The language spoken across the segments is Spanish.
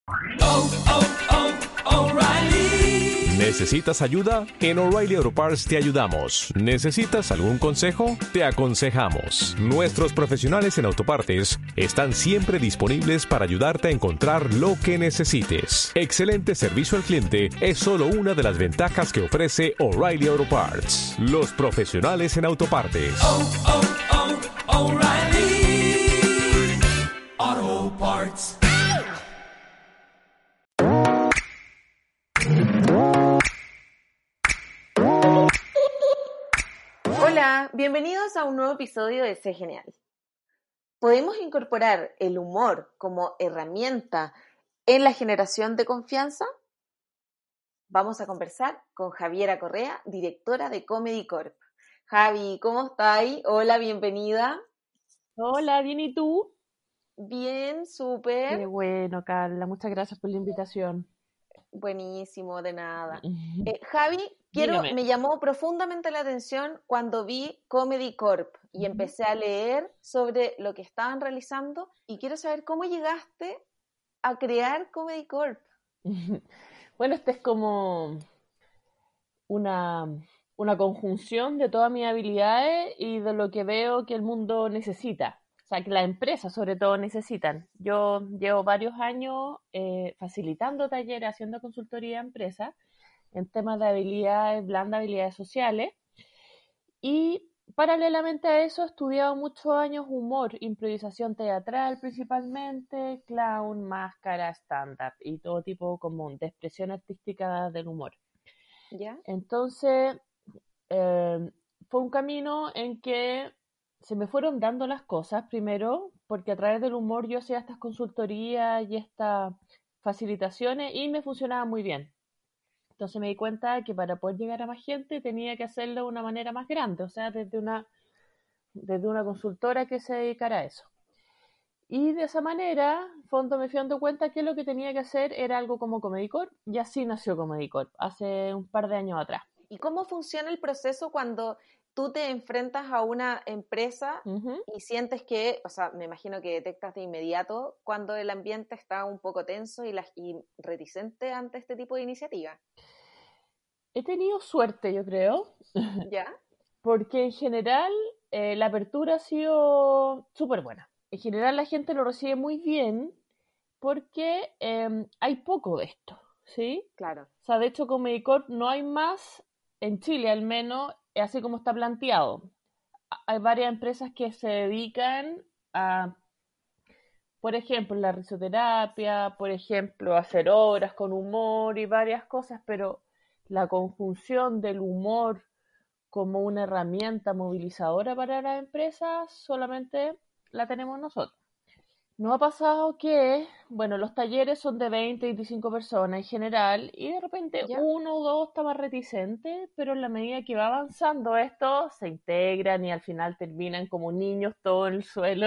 O'Reilly. ¿Necesitas ayuda? En O'Reilly Auto Parts te ayudamos. ¿Necesitas algún consejo? Te aconsejamos. Nuestros profesionales en autopartes están siempre disponibles para ayudarte a encontrar lo que necesites. Excelente servicio al cliente es solo una de las ventajas que ofrece O'Reilly Auto Parts. Los profesionales en autopartes. O'Reilly Auto Parts. Hola, bienvenidos a un nuevo episodio de Sé Genial. ¿Podemos incorporar el humor como herramienta en la generación de confianza? Vamos a conversar con Javiera Correa, directora de Comedy Corp. Javi, ¿cómo estáis? Hola, bienvenida. Hola, bien, ¿y tú? Bien, súper. Qué bueno, Carla, muchas gracias por la invitación. Buenísimo, de nada. Javi, Dígame. me llamó profundamente la atención cuando vi Comedy Corp y empecé a leer sobre lo que estaban realizando y quiero saber cómo llegaste a crear Comedy Corp. Bueno, este es como una conjunción de todas mis habilidades y de lo que veo que el mundo necesita. O sea, que las empresas sobre todo necesitan. Yo llevo varios años facilitando talleres, haciendo consultoría a empresas en temas de habilidades blandas, habilidades sociales. Y paralelamente a eso he estudiado muchos años humor, improvisación teatral principalmente, clown, máscara, stand-up y todo tipo como de expresión artística del humor. ¿Ya? Entonces, fue un camino en que se me fueron dando las cosas, primero, porque a través del humor yo hacía estas consultorías y estas facilitaciones y me funcionaba muy bien. Entonces me di cuenta que para poder llegar a más gente tenía que hacerlo de una manera más grande, o sea, desde una consultora que se dedicara a eso. Y de esa manera, fondo me fui dando cuenta que lo que tenía que hacer era algo como Comedy Corp, y así nació Comedy Corp, hace un par de años atrás. ¿Y cómo funciona el proceso cuando tú te enfrentas a una empresa Uh-huh. y sientes que, o sea, me imagino que detectas de inmediato cuando el ambiente está un poco tenso y reticente ante este tipo de iniciativa? He tenido suerte, yo creo, ¿Ya? porque en general la apertura ha sido súper buena. En general la gente lo recibe muy bien porque hay poco de esto, ¿sí? Claro. O sea, de hecho, Comedy Corp no hay más, en Chile al menos, así como está planteado. Hay varias empresas que se dedican a, por ejemplo, la risoterapia, por ejemplo, hacer obras con humor y varias cosas, pero la conjunción del humor como una herramienta movilizadora para las empresas solamente la tenemos nosotros. Nos ha pasado que, bueno, los talleres son de 20, 25 personas en general y de repente ¿Ya? uno o dos está más reticente, pero en la medida que va avanzando esto, se integran y al final terminan como niños todos en el suelo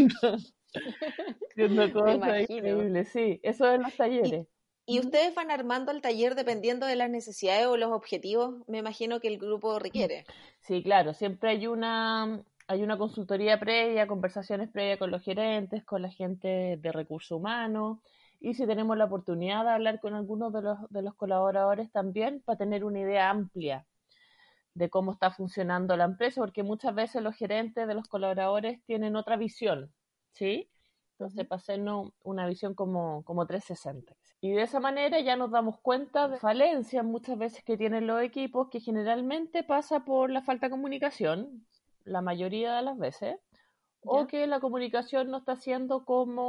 haciendo Me cosas imagino. increíbles. Sí, eso es los ¿Y, talleres. y ustedes van armando el taller dependiendo de las necesidades o los objetivos, me imagino que el grupo requiere? Sí, claro, siempre hay una consultoría previa, conversaciones previas con los gerentes, con la gente de recursos humanos, y si tenemos la oportunidad de hablar con algunos de los colaboradores también para tener una idea amplia de cómo está funcionando la empresa, porque muchas veces los gerentes de los colaboradores tienen otra visión, ¿sí? Entonces, para hacernos una visión como 360. Y de esa manera ya nos damos cuenta de falencias muchas veces que tienen los equipos, que generalmente pasa por la falta de comunicación, la mayoría de las veces, o ¿Ya? que la comunicación no está siendo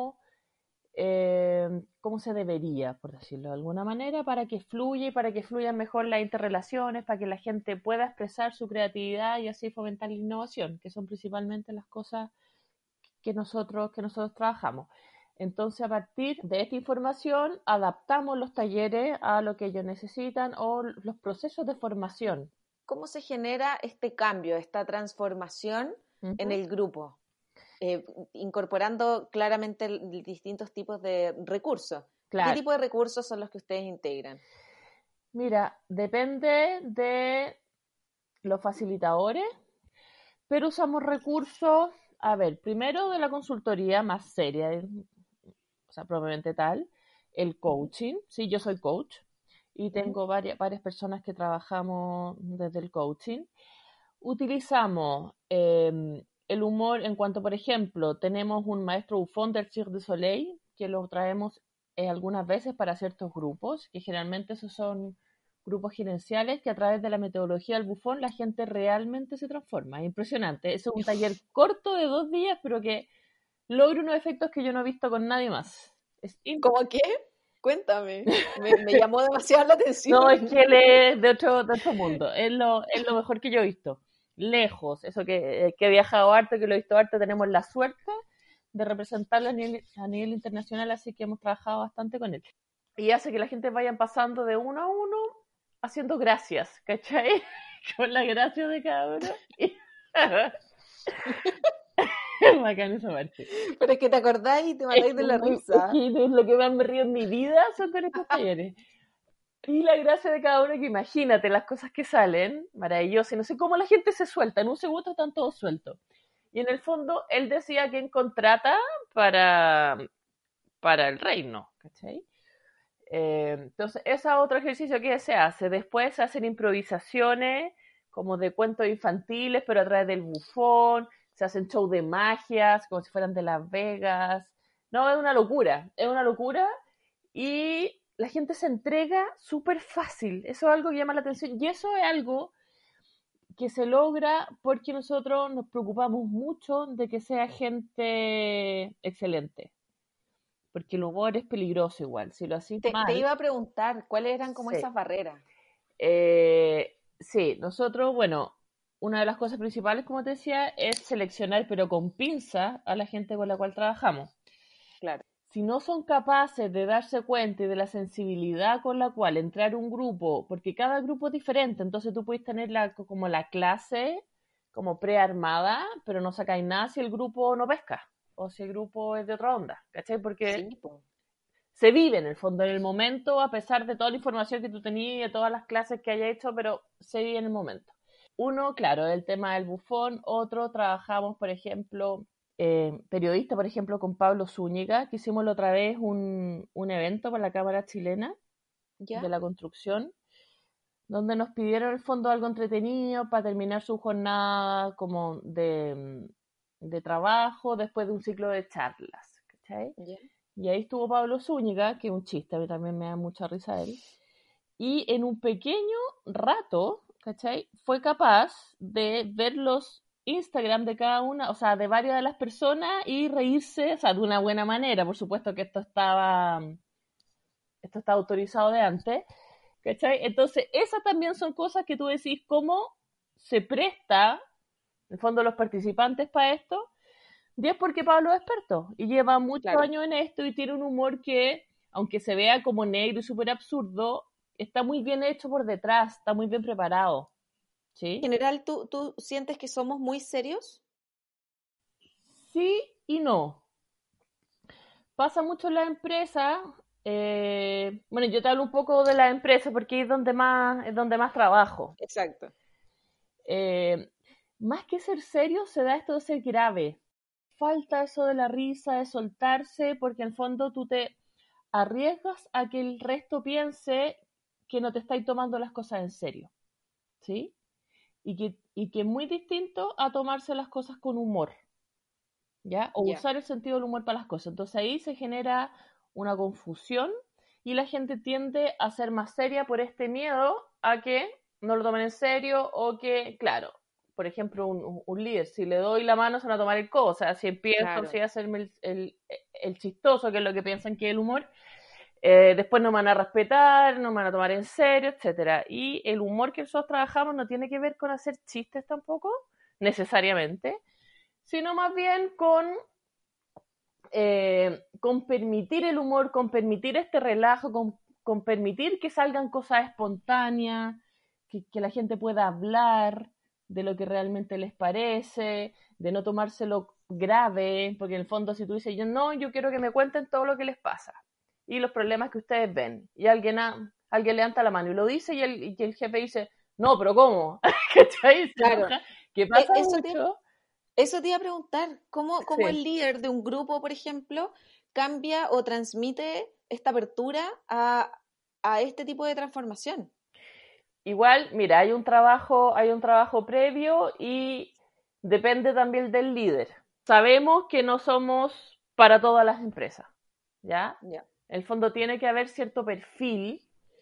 como se debería, por decirlo de alguna manera, para que fluya y para que fluyan mejor las interrelaciones, para que la gente pueda expresar su creatividad y así fomentar la innovación, que son principalmente las cosas que nosotros trabajamos. Entonces, a partir de esta información, adaptamos los talleres a lo que ellos necesitan o los procesos de formación. ¿Cómo se genera este cambio, esta transformación en Uh-huh. el grupo? Incorporando claramente distintos tipos de recursos. ¿Qué Claro. tipo de recursos son los que ustedes integran? Mira, depende de los facilitadores, pero usamos recursos, a ver, primero de la consultoría más seria, o sea, propiamente tal, el coaching. Sí, yo soy coach y tengo varias personas que trabajamos desde el coaching. Utilizamos el humor en cuanto, por ejemplo, tenemos un maestro bufón del Cirque du Soleil que lo traemos algunas veces para ciertos grupos, que generalmente esos son grupos gerenciales que a través de la metodología del bufón la gente realmente se transforma. Es impresionante. Eso es un taller corto de 2 días, pero que logra unos efectos que yo no he visto con nadie más. ¿Cómo qué? Cuéntame. Me llamó demasiado la atención. No, es que él es de otro mundo. Es lo mejor que yo he visto. Lejos. Eso que he viajado harto, que lo he visto harto, tenemos la suerte de representarlo a nivel internacional, así que hemos trabajado bastante con él. Y hace que la gente vayan pasando de uno a uno haciendo gracias, ¿cachai? Con la gracia de cada uno. Es bacán esa parte. Pero es que te acordáis y te matáis de la risa. Es que es lo que más me río en mi vida son con estos talleres. Y la gracia de cada uno, que imagínate las cosas que salen, maravilloso. Y no sé cómo la gente se suelta, en un segundo están todos sueltos. Y en el fondo, él decía quién contrata para el reino, ¿cachai? Entonces, ese es otro ejercicio que se hace. Después se hacen improvisaciones, como de cuentos infantiles, pero a través del bufón. Se hacen shows de magias, como si fueran de Las Vegas. No, es una locura. Y la gente se entrega súper fácil. Eso es algo que llama la atención. Y eso es algo que se logra porque nosotros nos preocupamos mucho de que sea gente excelente. Porque el humor es peligroso igual. Si lo haces mal... Te iba a preguntar, ¿cuáles eran como Sí. esas barreras? Sí, nosotros, bueno, una de las cosas principales, como te decía, es seleccionar, pero con pinza, a la gente con la cual trabajamos. Claro. Si no son capaces de darse cuenta y de la sensibilidad con la cual entrar un grupo, porque cada grupo es diferente, entonces tú puedes tener como la clase como prearmada, pero no sacáis nada si el grupo no pesca, o si el grupo es de otra onda, ¿cachai? Porque Sí, po. se vive en el fondo, en el momento, a pesar de toda la información que tú tenías y de todas las clases que hayas hecho, pero se vive en el momento. Uno, claro, el tema del bufón. Otro, trabajamos, por ejemplo, periodista, por ejemplo, con Pablo Zúñiga, que hicimos la otra vez un evento para la Cámara Chilena ¿Ya? de la Construcción, donde nos pidieron en el fondo algo entretenido para terminar su jornada como de trabajo después de un ciclo de charlas, ¿cachai? ¿Ya? Y ahí estuvo Pablo Zúñiga, que es un chiste, a mí también me da mucha risa él. Y en un pequeño rato, ¿cachai? Fue capaz de ver los Instagram de cada una, o sea, de varias de las personas y reírse, o sea, de una buena manera. Por supuesto que esto está autorizado de antes, ¿cachai? Entonces, esas también son cosas que tú decís, cómo se presta, en el fondo, los participantes para esto. 10 porque Pablo es experto y lleva muchos años en esto y tiene un humor que, aunque se vea como negro y súper absurdo, está muy bien hecho por detrás, está muy bien preparado. ¿Sí? En general, ¿tú sientes que somos muy serios? Sí y no. Pasa mucho en la empresa. Bueno, yo te hablo un poco de la empresa porque es donde más trabajo. Exacto. Más que ser serio, se da esto de ser grave. Falta eso de la risa, de soltarse, porque en el fondo tú te arriesgas a que el resto piense que no te estáis tomando las cosas en serio, ¿sí? Y que es muy distinto a tomarse las cosas con humor, ¿ya? O usar el sentido del humor para las cosas. Entonces ahí se genera una confusión y la gente tiende a ser más seria por este miedo a que no lo tomen en serio o que, claro, por ejemplo, un líder, si le doy la mano se van a tomar el codo, o sea, si empiezo a hacerme el chistoso, que es lo que piensan que es el humor, después no me van a respetar, no me van a tomar en serio, etcétera. Y el humor que nosotros trabajamos no tiene que ver con hacer chistes tampoco, necesariamente, sino más bien con permitir el humor, con permitir este relajo, con permitir que salgan cosas espontáneas, que la gente pueda hablar de lo que realmente les parece, de no tomárselo grave, porque en el fondo si tú dices, yo quiero que me cuenten todo lo que les pasa y los problemas que ustedes ven, y alguien levanta la mano y lo dice y el jefe dice, no, pero ¿cómo? ¿Cachai? Claro. ¿Qué pasa mucho? Eso te iba a preguntar, ¿cómo el líder de un grupo, por ejemplo, cambia o transmite esta apertura a este tipo de transformación? Igual, mira, hay un trabajo previo y depende también del líder. Sabemos que no somos para todas las empresas, ¿ya? Ya. En el fondo tiene que haber cierto perfil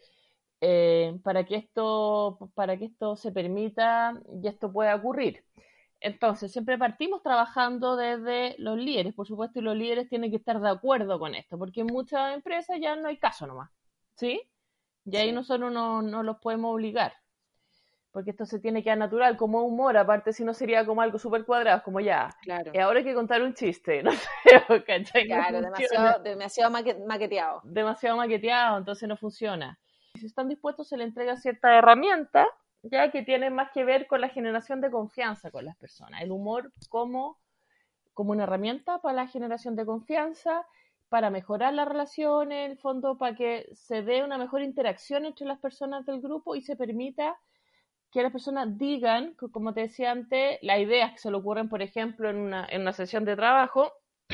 para que esto se permita y esto pueda ocurrir. Entonces, siempre partimos trabajando desde los líderes, por supuesto, y los líderes tienen que estar de acuerdo con esto, porque en muchas empresas ya no hay caso nomás, ¿sí? Y ahí Sí. nosotros no los podemos obligar, porque esto se tiene que dar natural, como humor, aparte si no sería como algo súper cuadrado, como ya, Claro. ahora hay que contar un chiste, no sé, ¿cachai? No Claro, funciona. demasiado maqueteado. Demasiado maqueteado, entonces no funciona. Si están dispuestos, se le entrega cierta herramienta, ya que tiene más que ver con la generación de confianza con las personas. El humor como una herramienta para la generación de confianza, para mejorar las relaciones, en el fondo, para que se dé una mejor interacción entre las personas del grupo y se permita que las personas digan, como te decía antes, las ideas que se le ocurren, por ejemplo, en una sesión de trabajo,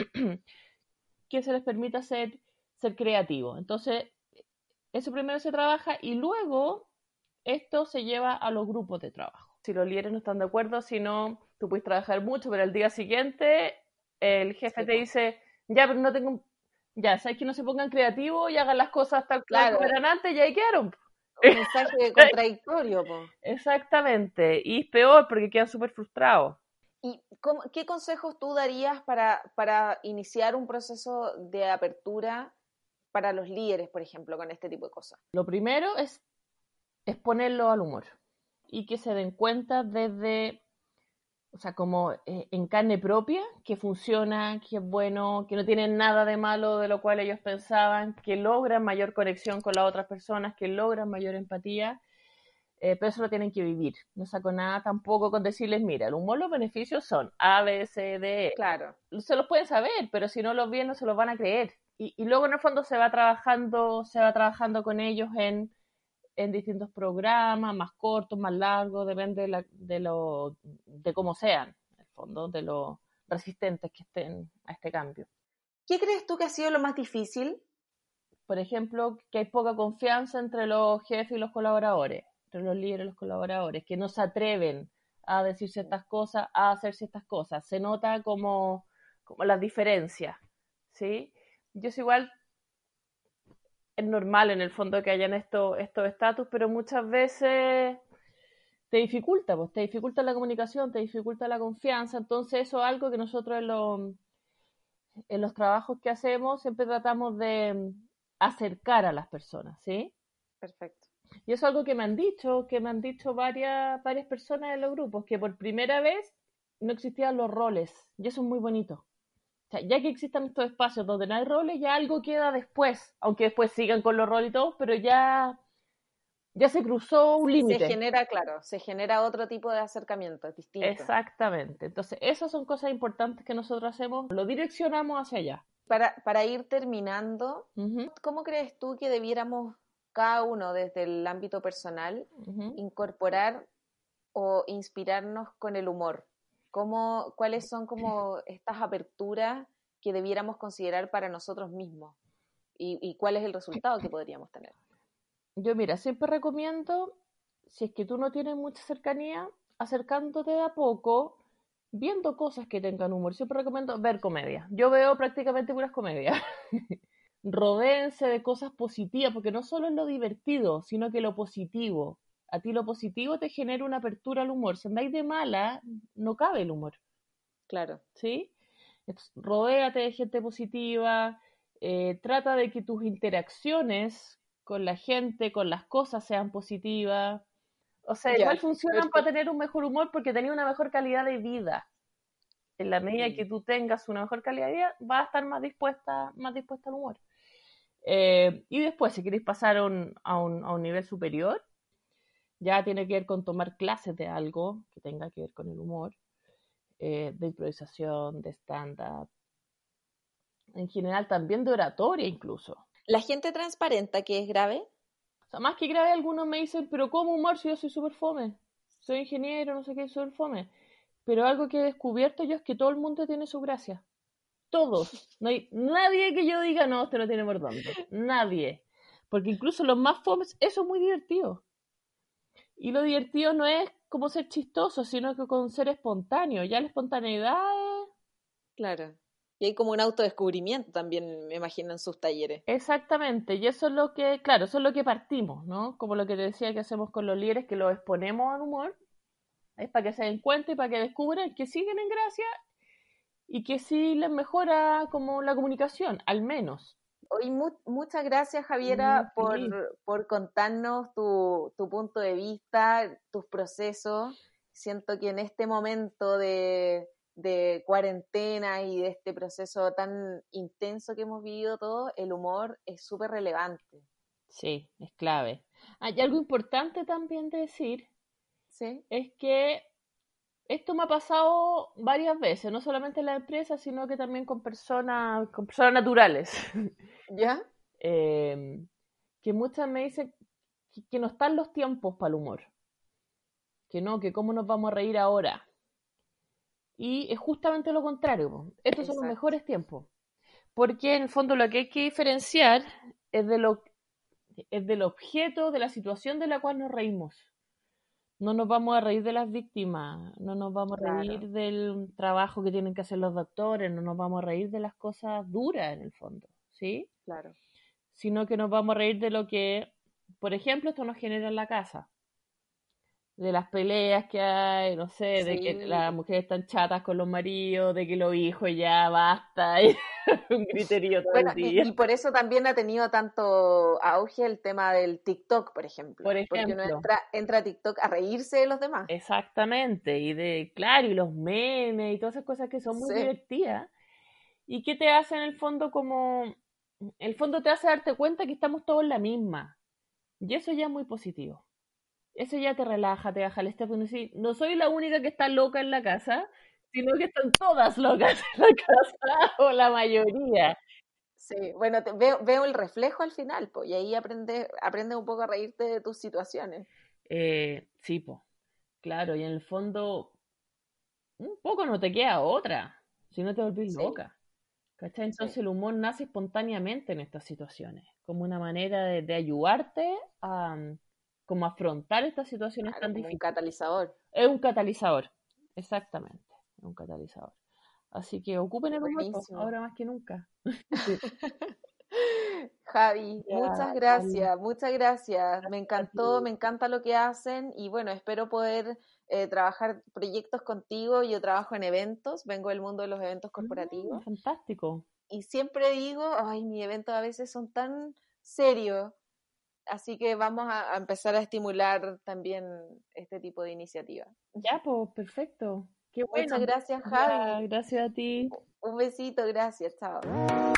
que se les permita ser creativos. Entonces, eso primero se trabaja y luego esto se lleva a los grupos de trabajo. Si los líderes no están de acuerdo, si no, tú puedes trabajar mucho, pero al día siguiente el jefe Sí, te dice, ya, pero no tengo, ya, sabes que no se pongan creativos y hagan las cosas tal cual claro, como eran antes y ahí quedaron. un mensaje contradictorio, po. Exactamente, y es peor porque quedan súper frustrados. ¿Y qué consejos tú darías para iniciar un proceso de apertura para los líderes, por ejemplo, con este tipo de cosas? Lo primero es ponerlo al humor y que se den cuenta desde, o sea, como en carne propia, que funciona, que es bueno, que no tiene nada de malo de lo cual ellos pensaban, que logran mayor conexión con las otras personas, que logran mayor empatía, pero eso lo tienen que vivir. No saco nada tampoco con decirles, mira, el humor, los beneficios son A, B, C, D, E. Claro. Se los pueden saber, pero si no los ven, no se los van a creer. Y luego en el fondo se va trabajando con ellos en distintos programas, más cortos, más largos, depende de cómo sean, en el fondo, de lo resistentes que estén a este cambio. ¿Qué crees tú que ha sido lo más difícil? Por ejemplo, que hay poca confianza entre los jefes y los colaboradores, entre los líderes y los colaboradores, que no se atreven a decir ciertas cosas, a hacer ciertas cosas. Se nota como las diferencias, ¿sí? Yo es igual, es normal en el fondo que hayan estos estatus, pero muchas veces te dificulta, pues, te dificulta la comunicación, te dificulta la confianza, entonces eso es algo que nosotros en los trabajos que hacemos siempre tratamos de acercar a las personas, ¿sí? Perfecto. Y eso es algo que me han dicho varias personas en los grupos, que por primera vez no existían los roles, y eso es muy bonito. O sea, ya que existan estos espacios donde no hay roles, ya algo queda después, aunque después sigan con los roles y todo, pero ya se cruzó un límite. Se genera otro tipo de acercamiento, es distinto. Exactamente. Entonces, esas son cosas importantes que nosotros hacemos, lo direccionamos hacia allá. Para ir terminando, Uh-huh. ¿cómo crees tú que debiéramos cada uno desde el ámbito personal Uh-huh. incorporar o inspirarnos con el humor? ¿Cuáles son como estas aperturas que debiéramos considerar para nosotros mismos? ¿Y cuál es el resultado que podríamos tener? Yo, mira, siempre recomiendo, si es que tú no tienes mucha cercanía, acercándote de a poco, viendo cosas que tengan humor. Siempre recomiendo ver comedia. Yo veo prácticamente puras comedias. Rodéense de cosas positivas, porque no solo es lo divertido, sino que lo positivo. A ti lo positivo te genera una apertura al humor. Si andáis de mala, no cabe el humor. Claro. ¿Sí? Entonces, rodéate de gente positiva, trata de que tus interacciones con la gente, con las cosas sean positivas. O sea, Ya, igual funcionan perfecto. para tener un mejor humor porque tenés una mejor calidad de vida. En la medida que tú tengas una mejor calidad de vida, vas a estar más dispuesta al humor. Y después, si queréis pasar a un nivel superior, ya tiene que ver con tomar clases de algo que tenga que ver con el humor, de improvisación, de stand-up, en general también de oratoria incluso. ¿La gente transparenta que es grave? O sea, más que grave, algunos me dicen, pero ¿cómo humor si yo soy súper fome? Soy ingeniero, no sé qué, súper fome. Pero algo que he descubierto yo es que todo el mundo tiene su gracia. Todos. No hay nadie que yo diga, no, este no tiene humor tonto. Nadie. Porque incluso los más fomes, eso es muy divertido. Y lo divertido no es como ser chistoso, sino que con ser espontáneo. Ya la espontaneidad es... Claro. Y hay como un autodescubrimiento también, me imagino, en sus talleres. Exactamente, y eso es lo que, claro, eso es lo que partimos, ¿no? Como lo que te decía que hacemos con los líderes, que los exponemos al humor, es para que se den cuenta y para que descubran que siguen en gracia y que sí les mejora como la comunicación, al menos. Hoy muchas gracias, Muy Javiera, feliz. por contarnos tu punto de vista, tus procesos. Siento que en este momento de cuarentena y de este proceso tan intenso que hemos vivido todos, el humor es súper relevante. Sí, es clave. Hay algo importante también de decir, ¿Sí? es que esto me ha pasado varias veces, no solamente en la empresa, sino que también con personas naturales. ¿Ya? Que muchas me dicen que no están los tiempos para el humor, que no, que cómo nos vamos a reír ahora. Y es justamente lo contrario, po. Estos son los Exacto. mejores tiempos, porque en el fondo lo que hay que diferenciar es es del objeto, de la situación de la cual nos reímos. No nos vamos a reír de las víctimas, no nos vamos a Claro, reír del trabajo que tienen que hacer los doctores, no nos vamos a reír de las cosas duras en el fondo, ¿sí? claro. Sino que nos vamos a reír de lo que, por ejemplo, esto nos genera en la casa, de las peleas que hay, no sé, de que Sí. las mujeres están chatas con los maridos, de que los hijos ya basta, y un griterío todo Bueno, el día. y por eso también ha tenido tanto auge el tema del TikTok, por ejemplo, Por porque uno ejemplo, entra a TikTok a reírse de los demás. exactamente, y de, claro, y los memes y todas esas cosas que son muy Sí, divertidas, y que te hace en el fondo como, en el fondo te hace darte cuenta que estamos todos en la misma, y eso ya es muy positivo. Eso ya te relaja, te baja el estrés, porque sí, no soy la única que está loca en la casa, sino que están todas locas en la casa, o la mayoría. sí. Bueno, veo el reflejo al final, pues, y ahí aprende un poco a reírte de tus situaciones. Sí, pues, claro, y en el fondo, un poco no te queda otra, si no te volvís Sí, loca. ¿Cachai? Entonces sí. el humor nace espontáneamente en estas situaciones, como una manera de ayudarte a como afrontar estas situaciones Claro, tan como un difíciles. catalizador. Es un catalizador, exactamente, es un catalizador. Así que ocupen el humor, pues, Buenísimo. ahora más que nunca. Javi, Ya, Cami, muchas gracias. Me a encantó, ti. me encanta lo que hacen y bueno, espero poder trabajar proyectos contigo. Yo trabajo en eventos, vengo del mundo de los eventos corporativos Fantástico. y siempre digo, ay, mis eventos a veces son tan serios, así que vamos a empezar a estimular también este tipo de iniciativas. Ya, pues, perfecto. Qué bueno. Muchas gracias, Ya, Javi. gracias a ti. Un besito, gracias, chao.